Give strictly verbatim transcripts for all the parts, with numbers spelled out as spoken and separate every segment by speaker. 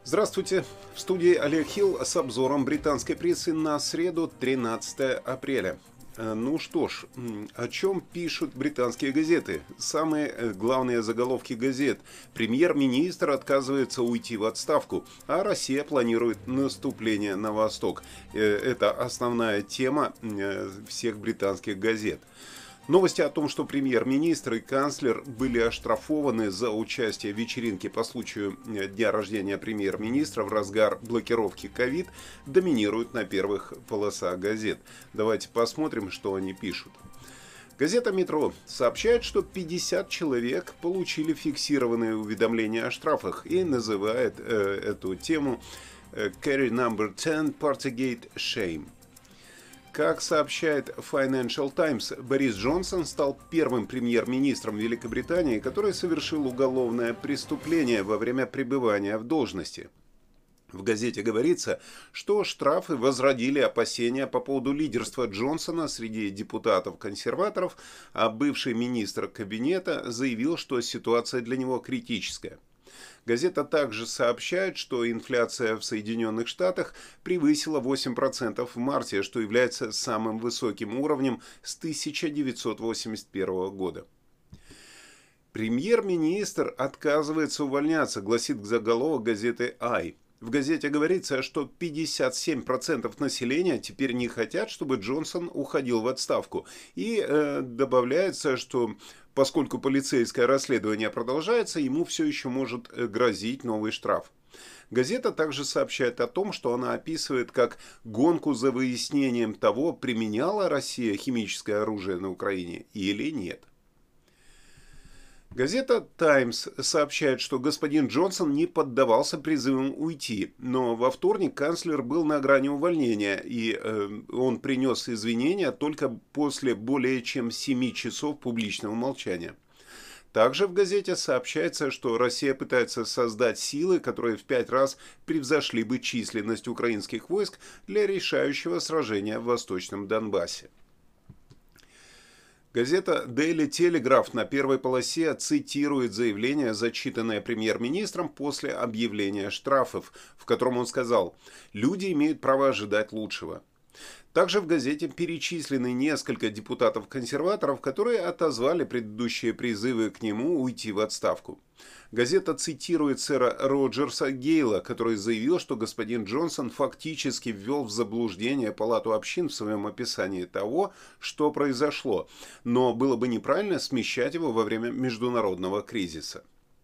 Speaker 1: Здравствуйте! В студии Олег Хилл с обзором британской прессы на среду, тринадцатое апреля. Э, Ну что ж, м, о чем пишут британские газеты? Самые э, главные заголовки газет. Премьер-министр отказывается уйти в отставку, а Россия планирует наступление на восток. Э, Это основная тема э, всех британских газет. Новости о том, что премьер-министр и канцлер были оштрафованы за участие в вечеринке по случаю дня рождения премьер-министра в разгар блокировки ковид, доминируют на первых полосах газет. Давайте посмотрим, что они пишут. Газета «Метро» сообщает, что пятьдесят человек получили фиксированные уведомления о штрафах и называет э, эту тему э, «Carry number ten Partygate Shame». Как сообщает Financial Times, Борис Джонсон стал первым премьер-министром Великобритании, который совершил уголовное преступление во время пребывания в должности. В газете говорится, что штрафы возродили опасения по поводу лидерства Джонсона среди депутатов-консерваторов, а бывший министр кабинета заявил, что ситуация для него критическая. Газета также сообщает, что инфляция в Соединенных Штатах превысила восемь процентов в марте, что является самым высоким уровнем с тысяча девятьсот восемьдесят первого года. Премьер-министр отказывается увольняться, гласит заголовок газеты «Ай». В газете говорится, что пятьдесят семь процентов населения теперь не хотят, чтобы Джонсон уходил в отставку. И э, добавляется, что поскольку полицейское расследование продолжается, ему все еще может грозить новый штраф. Газета также сообщает о том, что она описывает как гонку за выяснением того, применяла Россия химическое оружие на Украине или нет. Газета «Таймс» сообщает, что господин Джонсон не поддавался призывам уйти, но во вторник канцлер был на грани увольнения, и э, он принес извинения только после более чем семи часов публичного молчания. Также в газете сообщается, что Россия пытается создать силы, которые в пять раз превзошли бы численность украинских войск для решающего сражения в Восточном Донбассе. Газета Daily Telegraph на первой полосе цитирует заявление, зачитанное премьер-министром после объявления штрафов, в котором он сказал: «Люди имеют право ожидать лучшего». Также в газете перечислены несколько депутатов-консерваторов, которые отозвали предыдущие призывы к нему уйти в отставку. Газета цитирует сэра Роджерса Гейла, который заявил, что господин Джонсон фактически ввел в заблуждение Палату общин в своем описании того, что произошло, но было бы неправильно смещать его во время международного кризиса.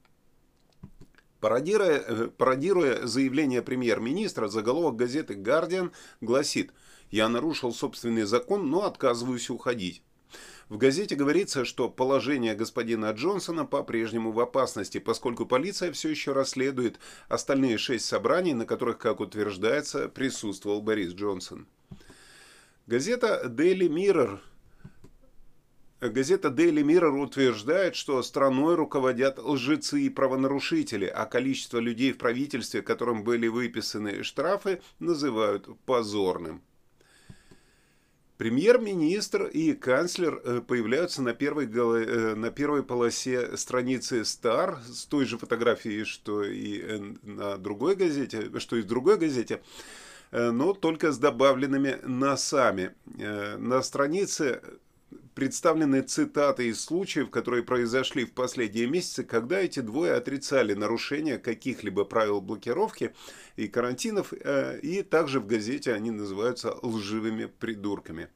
Speaker 1: Пародируя, пародируя заявление премьер-министра, заголовок газеты «Гардиан» гласит: «Я нарушил собственный закон, но отказываюсь уходить». В газете говорится, что положение господина Джонсона по-прежнему в опасности, поскольку полиция все еще расследует остальные шесть собраний, на которых, как утверждается, присутствовал Борис Джонсон. Газета Daily Mirror Газета Daily Mirror утверждает, что страной руководят лжецы и правонарушители, а количество людей в правительстве, которым были выписаны штрафы, называют позорным. Премьер-министр и канцлер появляются на первой, на первой полосе страницы Star с той же фотографией, что и на другой газете, что и в другой газете, но только с добавленными носами. На странице представлены цитаты из случаев, которые произошли в последние месяцы, когда эти двое отрицали нарушение каких-либо правил блокировки и карантинов, и также в газете они называются лживыми придурками.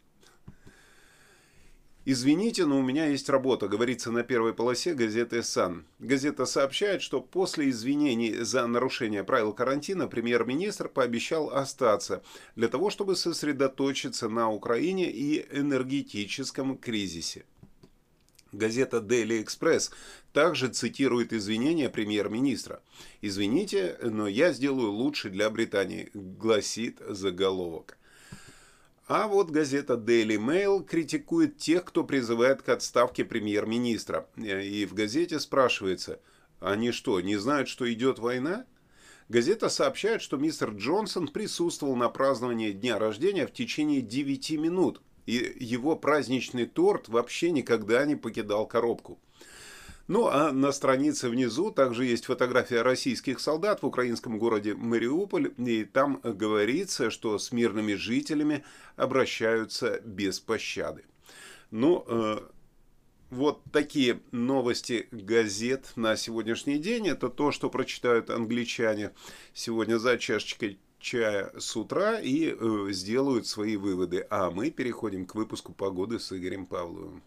Speaker 1: «Извините, но у меня есть работа», говорится на первой полосе газеты «Сан». Газета сообщает, что после извинений за нарушение правил карантина премьер-министр пообещал остаться для того, чтобы сосредоточиться на Украине и энергетическом кризисе. Газета Daily Express также цитирует извинения премьер-министра. «Извините, но я сделаю лучше для Британии», гласит заголовок. А вот газета Daily Mail критикует тех, кто призывает к отставке премьер-министра. И в газете спрашивается: они что, не знают, что идет война? Газета сообщает, что мистер Джонсон присутствовал на праздновании дня рождения в течение девяти минут, и его праздничный торт вообще никогда не покидал коробку. Ну а на странице внизу также есть фотография российских солдат в украинском городе Мариуполь. И там говорится, что с мирными жителями обращаются без пощады. Ну, э, вот такие новости газет на сегодняшний день. Это то, что прочитают англичане сегодня за чашечкой чая с утра и э, сделают свои выводы. А мы переходим к выпуску погоды с Игорем Павловым.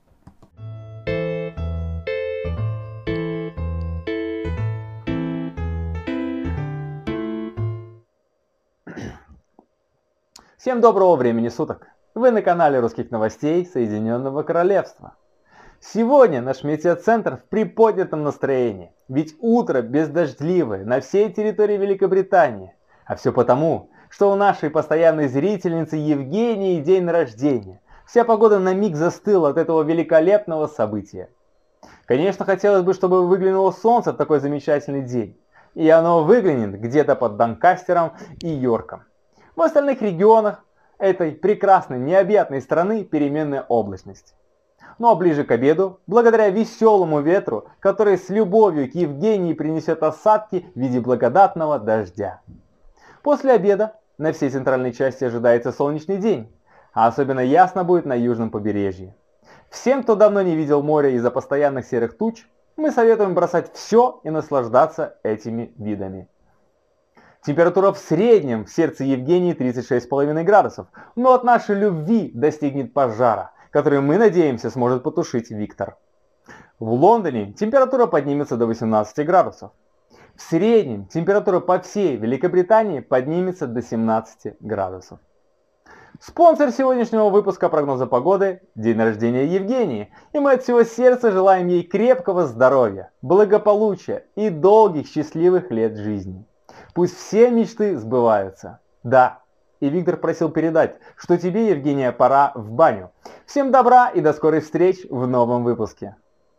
Speaker 2: Всем доброго времени суток! Вы на канале русских новостей Соединенного Королевства. Сегодня наш метеоцентр в приподнятом настроении, ведь утро бездождливое на всей территории Великобритании. А все потому, что у нашей постоянной зрительницы Евгении день рождения. Вся погода на миг застыла от этого великолепного события. Конечно, хотелось бы, чтобы выглянуло солнце в такой замечательный день. И оно выглянет где-то под Донкастером и Йорком. В остальных регионах этой прекрасной необъятной страны переменная облачность. Ну а ближе к обеду, благодаря веселому ветру, который с любовью к Евгении принесет осадки в виде благодатного дождя. После обеда на всей центральной части ожидается солнечный день, а особенно ясно будет на южном побережье. Всем, кто давно не видел море из-за постоянных серых туч, мы советуем бросать все и наслаждаться этими видами. Температура в среднем в сердце Евгении тридцать шесть и пять градусов, но от нашей любви достигнет пожара, который, мы надеемся, сможет потушить Виктор. В Лондоне температура поднимется до восемнадцати градусов. В среднем температура по всей Великобритании поднимется до семнадцати градусов. Спонсор сегодняшнего выпуска прогноза погоды – день рождения Евгении, и мы от всего сердца желаем ей крепкого здоровья, благополучия и долгих счастливых лет жизни. Пусть все мечты сбываются. Да, и Виктор просил передать, что тебе, Евгения, пора в баню. Всем добра и до скорых встреч в новом выпуске.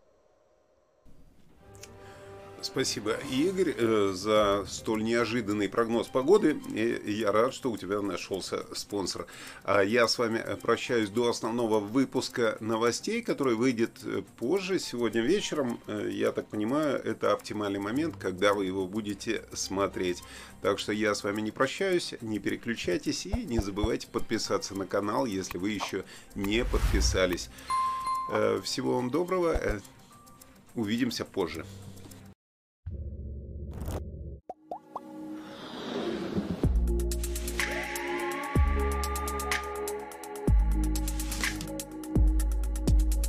Speaker 1: Спасибо, Игорь, за столь неожиданный прогноз погоды. И я рад, что у тебя нашелся спонсор. А я с вами прощаюсь до основного выпуска новостей, который выйдет позже, сегодня вечером. Я так понимаю, это оптимальный момент, когда вы его будете смотреть. Так что я с вами не прощаюсь, не переключайтесь и не забывайте подписаться на канал, если вы еще не подписались. Всего вам доброго, увидимся позже.